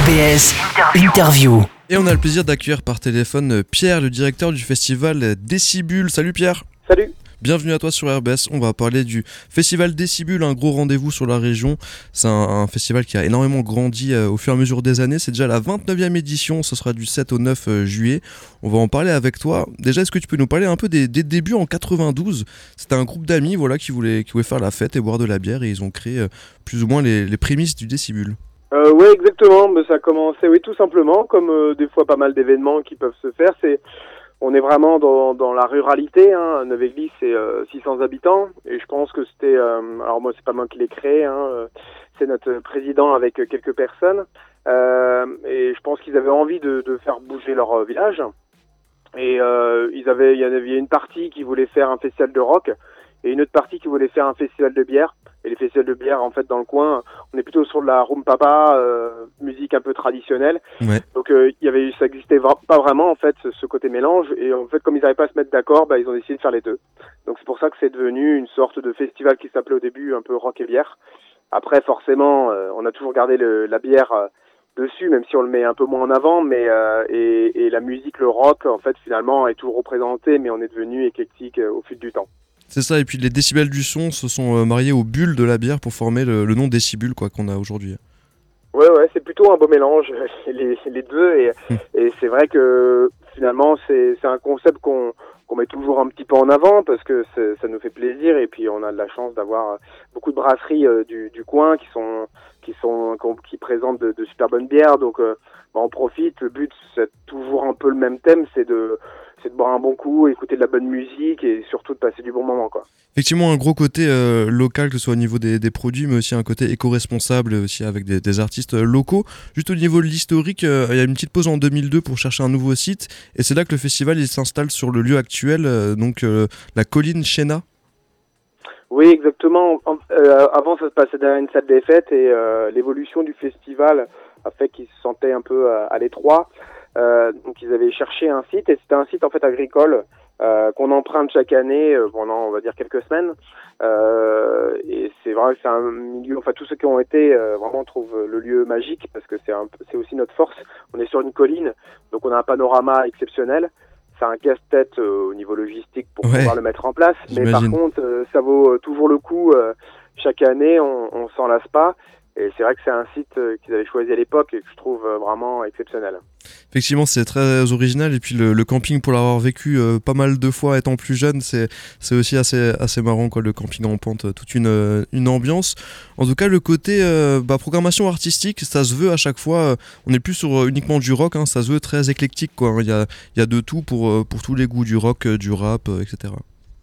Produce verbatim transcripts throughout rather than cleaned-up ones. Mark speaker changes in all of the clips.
Speaker 1: R B S Interview.
Speaker 2: Et on a le plaisir d'accueillir par téléphone Pierre, le directeur du festival Décibule. Salut Pierre.
Speaker 3: Salut.
Speaker 2: Bienvenue à toi sur R B S. On va parler du festival Décibule, un gros rendez-vous sur la région. C'est un, un festival qui a énormément grandi euh, au fur et à mesure des années. C'est déjà la vingt-neuvième édition, ce sera du sept au neuf euh, juillet. On va en parler avec toi. Déjà, est-ce que tu peux nous parler un peu des, des débuts en quatre-vingt-douze ? C'était un groupe d'amis voilà, qui, voulaient, qui voulaient faire la fête et boire de la bière et ils ont créé euh, plus ou moins les, les prémices du Décibule.
Speaker 3: Euh, oui, exactement. Mais ça a commencé, oui, tout simplement, comme euh, des fois pas mal d'événements qui peuvent se faire. C'est On est vraiment dans, dans la ruralité, hein. Neuve-Église, c'est euh, six cents habitants, et je pense que c'était, euh, alors moi c'est pas moi qui l'ai créé, hein, euh, c'est notre président avec quelques personnes, euh, et je pense qu'ils avaient envie de, de faire bouger leur euh, village, et euh, ils avaient, il y avait une partie qui voulait faire un festival de rock, et une autre partie qui voulait faire un festival de bière. Et les festivals de bière, en fait, dans le coin, on est plutôt sur de la rum papa, euh, musique un peu traditionnelle.
Speaker 2: Ouais.
Speaker 3: Donc, euh, il y avait, ça existait vra- pas vraiment, en fait, ce, ce côté mélange. Et en fait, comme ils n'arrivaient pas à se mettre d'accord, bah, ils ont décidé de faire les deux. Donc, c'est pour ça que c'est devenu une sorte de festival qui s'appelait au début un peu rock et bière. Après, forcément, euh, on a toujours gardé le, la bière euh, dessus, même si on le met un peu moins en avant. Mais euh, et, et la musique, le rock, en fait, finalement, est toujours représenté, mais on est devenu éclectique euh, au fil du temps.
Speaker 2: C'est ça, et puis les décibels du son se sont euh, mariés aux bulles de la bière pour former le, le nom Décibule quoi, qu'on a aujourd'hui.
Speaker 3: Ouais, ouais, c'est plutôt un beau mélange, les, les deux, et, et c'est vrai que finalement c'est, c'est un concept qu'on, qu'on met toujours un petit peu en avant parce que c'est, ça nous fait plaisir, et puis on a de la chance d'avoir beaucoup de brasseries euh, du, du coin qui sont qui sont qui présentent de, de super bonnes bières, donc euh, bah, on profite. Le but c'est toujours un peu le même thème, c'est de c'est de boire un bon coup, écouter de la bonne musique et surtout de passer du bon moment, quoi.
Speaker 2: Effectivement, un gros côté euh, local, que ce soit au niveau des, des produits, mais aussi un côté éco-responsable, aussi avec des, des artistes euh, locaux. Juste au niveau de l'historique, euh, il y a une petite pause en deux mille deux pour chercher un nouveau site, et c'est là que le festival il s'installe sur le lieu actuel, euh, donc euh, la colline Chéna.
Speaker 3: Oui, exactement. Euh, avant, ça se passait dans une salle des fêtes, et euh, l'évolution du festival a fait qu'ils se sentaient un peu à, à l'étroit. Euh, donc, ils avaient cherché un site, et c'était un site en fait agricole euh, qu'on emprunte chaque année euh, pendant, on va dire, quelques semaines. Euh, et c'est vrai que c'est un milieu. Enfin, tous ceux qui ont été euh, vraiment trouvent le lieu magique parce que c'est un, c'est aussi notre force. On est sur une colline, donc on a un panorama exceptionnel. C'est un casse-tête euh, au niveau logistique pour
Speaker 2: Ouais,
Speaker 3: pouvoir le mettre en place. Mais
Speaker 2: j'imagine.
Speaker 3: par contre, euh, ça vaut euh, toujours le coup. Euh, chaque année, on, on s'en lasse pas. Et c'est vrai que c'est un site euh, qu'ils avaient choisi à l'époque et que je trouve euh, vraiment exceptionnel.
Speaker 2: Effectivement, c'est très original, et puis le, le camping, pour l'avoir vécu euh, pas mal de fois étant plus jeune, c'est, c'est aussi assez, assez marrant, quoi, le camping en pente, toute une, euh, une ambiance. En tout cas, le côté euh, bah, programmation artistique, ça se veut à chaque fois, euh, on n'est plus sur euh, uniquement du rock, hein, ça se veut très éclectique, quoi, hein. Il y a, il y a de tout pour, euh, pour tous les goûts, du rock, euh, du rap, euh, et cetera.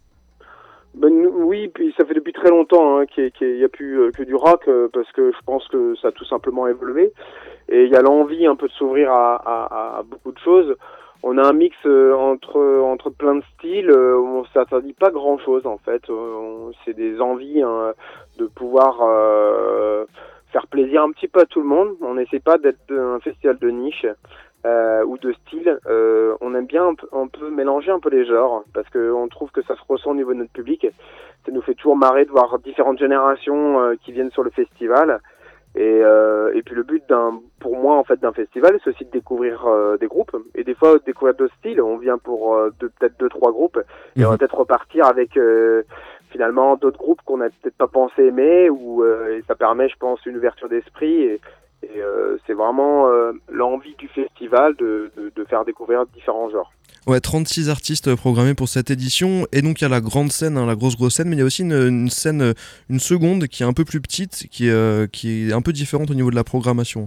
Speaker 3: Ben, oui, puis ça fait depuis très longtemps hein, qu'il n'y a plus euh, que du rock, euh, parce que je pense que ça a tout simplement évolué. Et il y a l'envie un peu de s'ouvrir à, à, à beaucoup de choses. On a un mix euh, entre entre plein de styles, euh, on s'interdit pas grand-chose en fait. Euh, on, c'est des envies hein, de pouvoir euh, faire plaisir un petit peu à tout le monde. On n'essaie pas d'être un festival de niche. Euh, ou de style, euh, on aime bien un peu, un peu mélanger un peu les genres parce que on trouve que ça se ressent au niveau de notre public. Ça nous fait toujours marrer de voir différentes générations euh, qui viennent sur le festival. Et, euh, et puis le but d'un, pour moi en fait d'un festival, c'est aussi de découvrir euh, des groupes et des fois de découvrir d'autres styles. On vient pour euh, deux, peut-être deux trois groupes et
Speaker 2: Mmh.
Speaker 3: on va peut-être repartir avec euh, finalement d'autres groupes qu'on n'a peut-être pas pensé aimer ou euh, et ça permet, je pense, une ouverture d'esprit. Et, Et euh, c'est vraiment euh, l'envie du festival de, de, de faire découvrir différents genres.
Speaker 2: Ouais, trente-six artistes programmés pour cette édition, et donc il y a la grande scène, hein, la grosse grosse scène, mais il y a aussi une, une scène, une seconde qui est un peu plus petite, qui est, euh, qui est un peu différente au niveau de la programmation.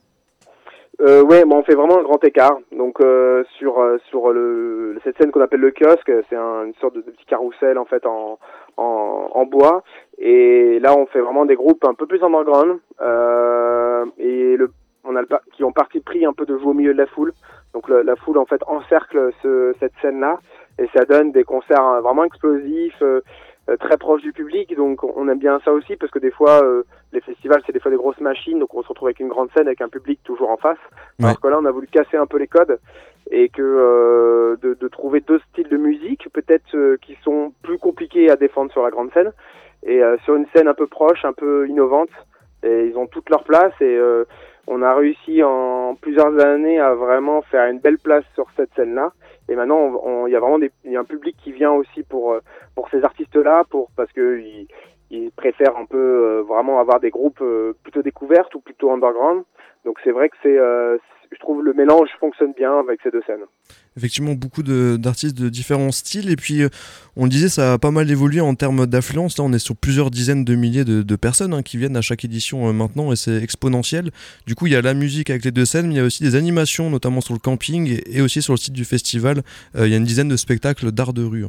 Speaker 3: Euh, ouais, bon, on fait vraiment un grand écart. Donc euh, sur euh, sur le cette scène qu'on appelle le kiosque, c'est un, une sorte de, de petit carrousel en fait en, en en bois. Et là, on fait vraiment des groupes un peu plus underground euh, et le on a le qui ont parti pris un peu de jouer au milieu de la foule. Donc le, la foule en fait encercle ce, cette scène là et ça donne des concerts vraiment explosifs. Euh, Euh, très proche du public, donc on aime bien ça aussi parce que des fois euh, les festivals c'est des fois des grosses machines, donc on se retrouve avec une grande scène avec un public toujours en face.
Speaker 2: Ouais.
Speaker 3: Alors que là on a voulu casser un peu les codes et que euh, de, de trouver deux styles de musique peut-être euh, qui sont plus compliqués à défendre sur la grande scène et euh, sur une scène un peu proche, un peu innovante, et ils ont toute leur place et euh, on a réussi en plusieurs années à vraiment faire une belle place sur cette scène-là. Et maintenant, il y a vraiment des, y a un public qui vient aussi pour pour ces artistes-là, pour parce que ils, ils préfèrent un peu euh, vraiment avoir des groupes euh, plutôt découvertes ou plutôt underground. Donc c'est vrai que c'est, euh, je trouve le mélange fonctionne bien avec ces deux scènes.
Speaker 2: Effectivement, beaucoup de, d'artistes de différents styles. Et puis, euh, on le disait, ça a pas mal évolué en termes d'affluence. Là, on est sur plusieurs dizaines de milliers de, de personnes hein, qui viennent à chaque édition euh, maintenant, et c'est exponentiel. Du coup, il y a la musique avec les deux scènes, mais il y a aussi des animations, notamment sur le camping et, et aussi sur le site du festival. Euh, il y a une dizaine de spectacles d'art de rue.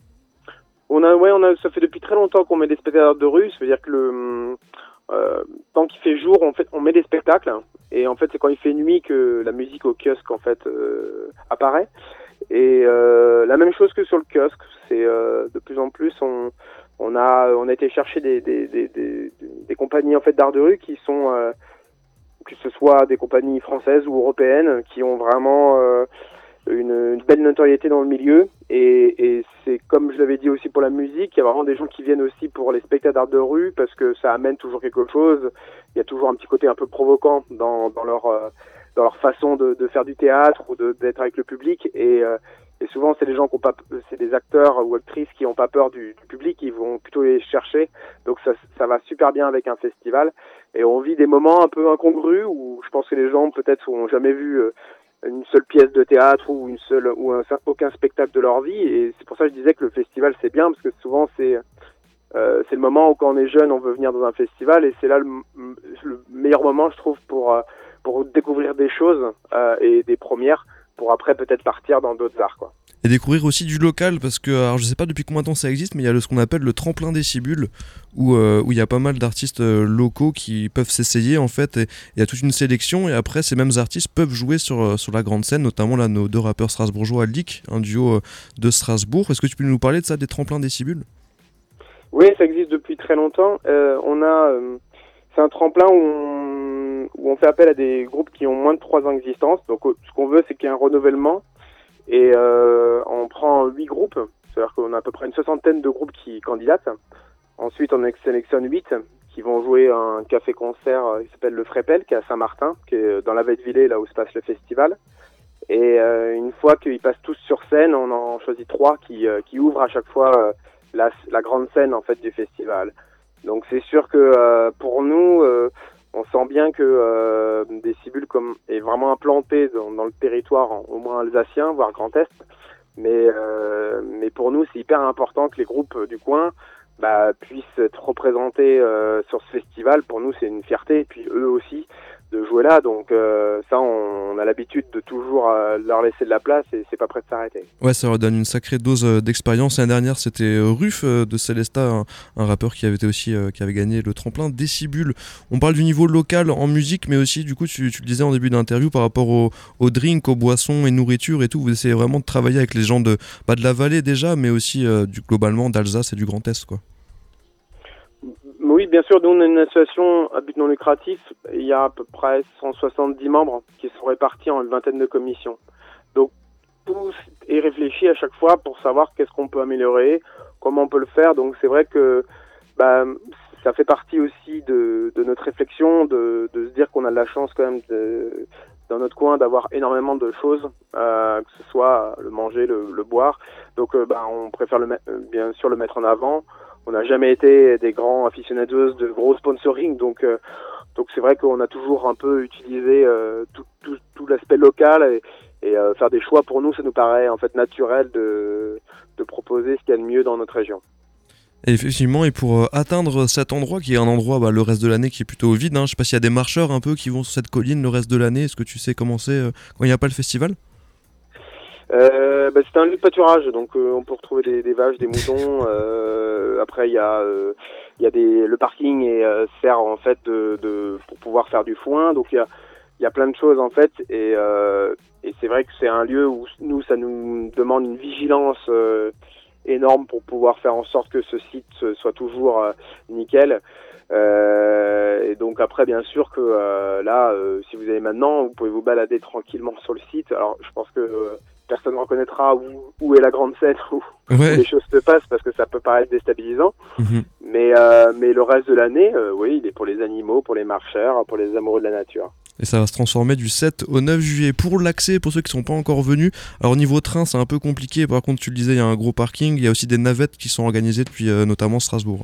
Speaker 3: On a, ouais, on a, ça fait depuis très longtemps qu'on met des spectacles de rue. Ça veut dire que le, euh, tant qu'il fait jour, on fait, on met des spectacles. Et en fait, c'est quand il fait nuit que la musique au kiosque en fait euh, apparaît. Et euh, la même chose que sur le kiosque, c'est euh, de plus en plus on on a on a été chercher des des des des, des compagnies en fait d'art de rue qui sont euh, que ce soit des compagnies françaises ou européennes qui ont vraiment euh, une, une belle notoriété dans le milieu. Et, et c'est comme je l'avais dit aussi pour la musique, il y a vraiment des gens qui viennent aussi pour les spectacles d'art de rue parce que ça amène toujours quelque chose. Il y a toujours un petit côté un peu provocant dans, dans leur euh, dans leur façon de, de faire du théâtre ou de, d'être avec le public. Et, euh, et souvent c'est des gens qui ont pas, c'est des acteurs ou actrices qui n'ont pas peur du, du public, ils vont plutôt les chercher. Donc ça, ça va super bien avec un festival. Et on vit des moments un peu incongrus où je pense que les gens peut-être n'ont jamais vu euh, une seule pièce de théâtre ou une seule ou un, aucun spectacle de leur vie. Et c'est pour ça que je disais que le festival c'est bien parce que souvent c'est euh, c'est le moment où quand on est jeune on veut venir dans un festival et c'est là le, le meilleur moment je trouve pour euh, pour découvrir des choses euh, et des premières pour après peut-être partir dans d'autres arts quoi.
Speaker 2: Et découvrir aussi du local parce que alors je sais pas depuis combien de temps ça existe mais il y a le, ce qu'on appelle le tremplin décibule où euh, où il y a pas mal d'artistes euh, locaux qui peuvent s'essayer en fait et il y a toute une sélection et après ces mêmes artistes peuvent jouer sur euh, sur la grande scène, notamment là nos deux rappeurs strasbourgeois Aldic, un duo euh, de Strasbourg. Est-ce que tu peux nous parler de ça, des tremplins décibule?
Speaker 3: Oui, ça existe depuis très longtemps. Euh, on a euh, c'est un tremplin où on, où on fait appel à des groupes qui ont moins de trois ans d'existence. Donc ce qu'on veut c'est qu'il y ait un renouvellement. Et euh, on prend huit groupes, c'est-à-dire qu'on a à peu près une soixantaine de groupes qui candidatent. Ensuite, on sélectionne huit qui vont jouer un café-concert qui s'appelle le Frépel, qui est à Saint-Martin, qui est dans la Vette-Villée, là où se passe le festival. Et euh, une fois qu'ils passent tous sur scène, on en choisit trois qui, euh, qui ouvrent à chaque fois euh, la, la grande scène en fait du festival. Donc c'est sûr que euh, pour nous, euh, on sent bien que euh, Décibule comme est vraiment implanté dans, dans le territoire, en, au moins alsacien, voire Grand Est. Mais, euh, mais pour nous, c'est hyper important que les groupes du coin bah, puissent être représentés euh, sur ce festival. Pour nous, c'est une fierté. Et puis eux aussi, de jouer là. Donc euh, ça, on, on a l'habitude de toujours euh, leur laisser de la place et c'est pas prêt de s'arrêter.
Speaker 2: Ouais, ça leur donne une sacrée dose euh, d'expérience. L'année dernière, c'était euh, Ruf euh, de Célesta, un, un rappeur qui avait été aussi euh, qui avait gagné le tremplin Décibule. On parle du niveau local en musique, mais aussi du coup, tu, tu le disais en début d'interview par rapport aux au drinks, aux boissons et nourriture et tout. Vous essayez vraiment de travailler avec les gens de pas de la vallée déjà, mais aussi euh, du globalement d'Alsace et du Grand Est, quoi.
Speaker 3: Oui, bien sûr, nous on est une association à but non lucratif. Il y a à peu près cent soixante-dix membres qui sont répartis en une vingtaine de commissions. Donc tout est réfléchi à chaque fois pour savoir qu'est-ce qu'on peut améliorer, comment on peut le faire. Donc c'est vrai que bah, ça fait partie aussi de, de notre réflexion, de, de se dire qu'on a de la chance quand même de, dans notre coin d'avoir énormément de choses, euh, que ce soit le manger, le, le boire. Donc euh, bah, on préfère le, bien sûr le mettre en avant. On n'a jamais été des grands aficionados de gros sponsoring, donc euh, donc c'est vrai qu'on a toujours un peu utilisé euh, tout, tout, tout l'aspect local et, et euh, faire des choix pour nous, ça nous paraît en fait naturel de de proposer ce qu'il y a de mieux dans notre région.
Speaker 2: Et effectivement, et pour euh, atteindre cet endroit qui est un endroit bah, le reste de l'année qui est plutôt vide, hein, je sais pas s'il y a des marcheurs un peu qui vont sur cette colline le reste de l'année. Est-ce que tu sais comment c'est euh, quand il n'y a pas le festival?
Speaker 3: Euh, bah, c'est un lieu de pâturage, donc euh, on peut retrouver des, des vaches, des moutons. Euh, après, il y a, euh, il y a des, le parking et euh, sert en fait de, de pour pouvoir faire du foin. Donc il y a, il y a plein de choses en fait, et, euh, et c'est vrai que c'est un lieu où nous, ça nous demande une vigilance euh, énorme pour pouvoir faire en sorte que ce site soit toujours euh, nickel. Euh, et donc après, bien sûr que euh, là, euh, si vous allez maintenant, vous pouvez vous balader tranquillement sur le site. Alors, je pense que euh, personne ne reconnaîtra où, où est la grande scène, où,
Speaker 2: Ouais.
Speaker 3: où les choses se passent, parce que ça peut paraître déstabilisant.
Speaker 2: Mmh.
Speaker 3: Mais, euh, mais le reste de l'année, euh, oui, il est pour les animaux, pour les marcheurs, pour les amoureux de la nature.
Speaker 2: Et ça va se transformer du sept au neuf juillet. Pour l'accès, pour ceux qui ne sont pas encore venus, alors niveau train, c'est un peu compliqué. Par contre, tu le disais, il y a un gros parking. Il y a aussi des navettes qui sont organisées depuis euh, notamment Strasbourg.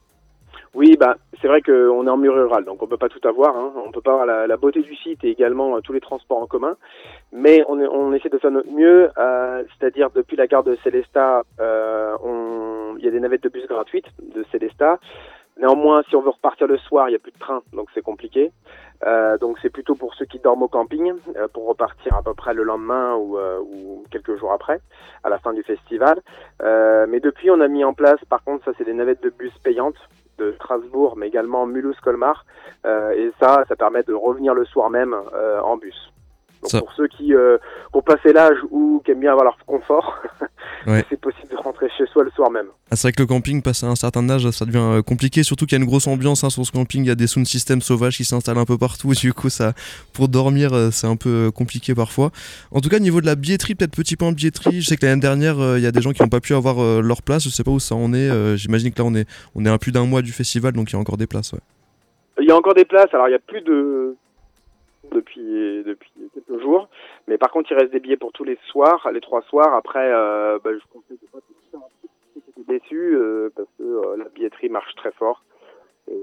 Speaker 3: Oui, bah, c'est vrai qu'on est en milieu rural, donc on peut pas tout avoir. Hein. On peut pas avoir la, la beauté du site et également euh, tous les transports en commun. Mais on, est, on essaie de faire notre mieux, euh, c'est-à-dire depuis la gare de Sélestat, euh, on, il y a des navettes de bus gratuites de Sélestat. Néanmoins, si on veut repartir le soir, il n'y a plus de train, donc c'est compliqué. Euh, donc c'est plutôt pour ceux qui dorment au camping, euh, pour repartir à peu près le lendemain ou, euh, ou quelques jours après, à la fin du festival. Euh, mais depuis, on a mis en place, par contre, ça c'est des navettes de bus payantes de Strasbourg, mais également Mulhouse-Colmar. Euh, et ça, ça permet de revenir le soir même euh, en bus. Donc ça. Pour ceux qui, euh, qui ont passé l'âge ou qui aiment bien avoir leur confort, ouais. C'est possible de rentrer chez soi le soir même.
Speaker 2: Ah, c'est vrai que le camping, passé un certain âge, ça devient compliqué, surtout qu'il y a une grosse ambiance hein, sur ce camping, il y a des sound systems sauvages qui s'installent un peu partout, du coup ça, pour dormir c'est un peu compliqué parfois. En tout cas, au niveau de la billetterie, peut-être petit point de billetterie, je sais que l'année dernière, il euh, y a des gens qui n'ont pas pu avoir euh, leur place, je sais pas où ça en est, euh, j'imagine que là on est, on est à plus d'un mois du festival, donc il y a encore des places. Ouais.
Speaker 3: Il y a encore des places, alors il n'y a plus de... depuis depuis quelques jours, mais par contre il reste des billets pour tous les soirs, les trois soirs. Après, euh, bah, je conseille de pas être déçu euh, parce que euh, la billetterie marche très fort. Et,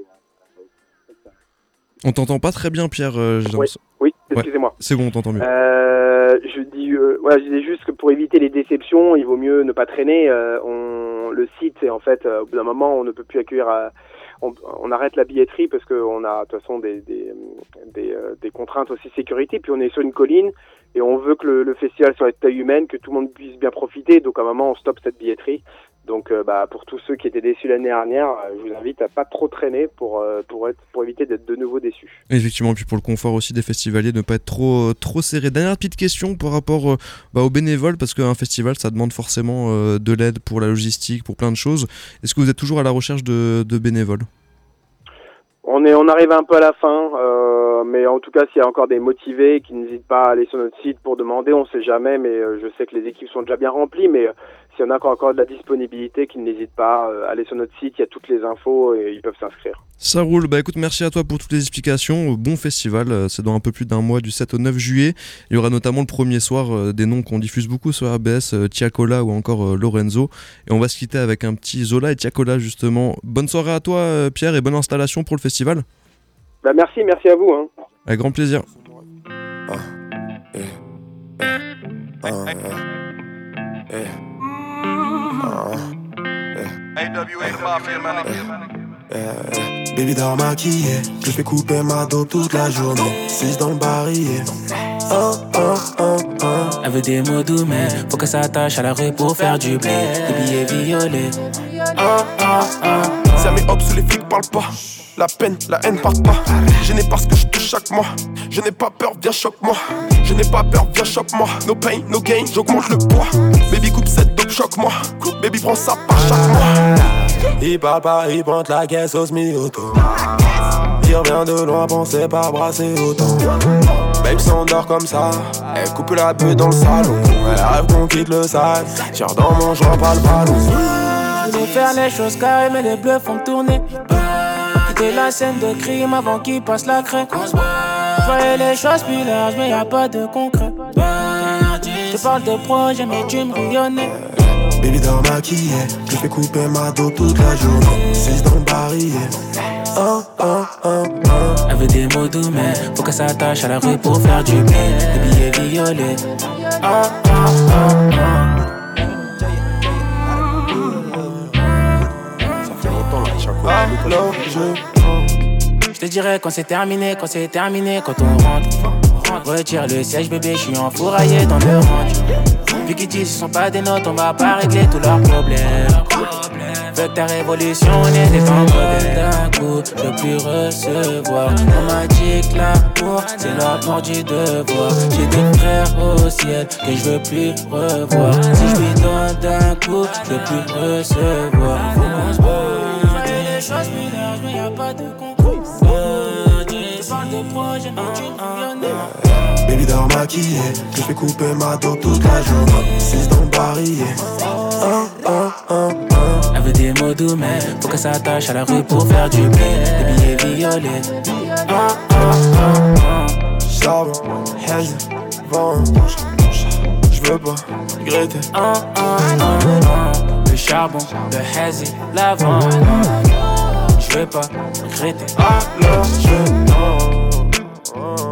Speaker 3: euh,
Speaker 2: on t'entend pas très bien, Pierre. Euh,
Speaker 3: oui, oui, excusez-moi.
Speaker 2: Ouais, c'est bon, on t'entend mieux.
Speaker 3: Euh, je dis, euh, voilà, je disais juste que pour éviter les déceptions, il vaut mieux ne pas traîner. Euh, on, le site, et en fait, euh, au bout d'un moment, on ne peut plus accueillir. À, On, on arrête la billetterie parce qu'on a de toute façon des, des, des, euh, des contraintes aussi sécurité, puis on est sur une colline et on veut que le, le festival soit de taille humaine, que tout le monde puisse bien profiter, donc à un moment on stoppe cette billetterie. Donc euh, bah, pour tous ceux qui étaient déçus l'année dernière, euh, je vous invite à pas trop traîner pour, euh, pour, être, pour éviter d'être de nouveau déçus.
Speaker 2: Effectivement, et puis pour le confort aussi des festivaliers, de ne pas être trop, trop serré. Dernière petite question par rapport euh, bah, aux bénévoles, parce qu'un festival ça demande forcément euh, de l'aide pour la logistique, pour plein de choses. Est-ce que vous êtes toujours à la recherche de, de bénévoles ?
Speaker 3: On est, on arrive un peu à la fin, euh, mais en tout cas, s'il y a encore des motivés qui n'hésitent pas à aller sur notre site pour demander, on ne sait jamais, mais euh, je sais que les équipes sont déjà bien remplies, mais euh, s'il y en a encore, encore de la disponibilité, qu'ils n'hésitent pas euh, à aller sur notre site, il y a toutes les infos et ils peuvent s'inscrire.
Speaker 2: Ça roule, bah écoute, merci à toi pour toutes les explications. Bon festival, c'est dans un peu plus d'un mois, du sept au neuf juillet. Il y aura notamment le premier soir euh, des noms qu'on diffuse beaucoup sur R B S, euh, Tiakola ou encore euh, Lorenzo. Et on va se quitter avec un petit Zola et Tiakola justement. Bonne soirée à toi euh, Pierre et bonne installation pour le festival.
Speaker 3: Bah merci, merci à vous. Hein.
Speaker 2: Avec grand plaisir.
Speaker 4: Uh, yeah, yeah, uh, yeah, yeah. Uh, yeah. A W A the Mafia, man. Yeah, yeah. Baby dort maquillée, je fais couper ma dope toute la journée. six dans le barillet. Oh, oh, oh, oh.
Speaker 1: Elle veut des mots doux, mais faut qu'elle s'attache à la rue pour faire du blé. Des billets violets.
Speaker 4: Oh, oh, oh. Ça met hop sous les flics, parle pas. La peine, la haine part pas. Je n'ai pas ce que je touche chaque mois. Je n'ai pas peur, viens choque-moi. Je n'ai pas peur, viens choque-moi. No pain, no gain, j'augmente le poids. Baby coupe cette dope, choque-moi. Baby prends ça par chaque mois. Il parle pas, il pointe la caisse au semi-auto. Il revient de loin, pensez pas brasser autant. Babe s'endort comme ça. Elle coupe la bulle dans le salon. Elle rêve qu'on quitte le sale. Tire dans mon joint, pas le ballon.
Speaker 1: Je voulais faire les choses carrées, mais les bleus font tourner. Quitter la scène de crime avant qu'il passe la craie. Je voyais les choses plus larges, mais y'a pas de concret. Je te parle de projet, mais tu me rayonnais.
Speaker 4: Baby dort maquillée, je fais couper ma dos toute la journée. six dans le barillet. Oh, oh, oh, oh.
Speaker 1: Elle veut des mots doux, mais faut qu'elle s'attache à la rue pour faire du blé. Des billets violets. Oh, oh, oh, oh. Je te dirais quand c'est terminé, quand c'est terminé, quand on rentre. Retire le siège bébé, je suis enfouraillé dans le range. Vu qu'ils disent ce sont pas des notes, on va pas régler tous leurs problèmes. Fuck ta révolution, on était en modèle. D'un coup, je veux plus recevoir. On m'a dit que l'amour, c'est la mort du devoir. J'ai des frères au ciel que je veux plus revoir. Si je lui donne d'un coup, je veux plus recevoir. Faut qu'on se voit. Les choses plus larges, mais y'a pas de concours. Je parle de projet, mais tu me
Speaker 4: Baby dort maquillée, je fais couper ma dope toute la journée. six dans le barillet. Oh, oh, oh, oh.
Speaker 1: Elle veut des mots doux, mais faut qu'elle s'attache à la rue pour faire du blé. Des billets violets. Oh, oh, oh, oh.
Speaker 4: charbon, hazy, vent. J'veux pas regretter.
Speaker 1: Un, un, un, un. Le charbon, le hazy, l'avant. J'veux pas regretter.
Speaker 4: Alors je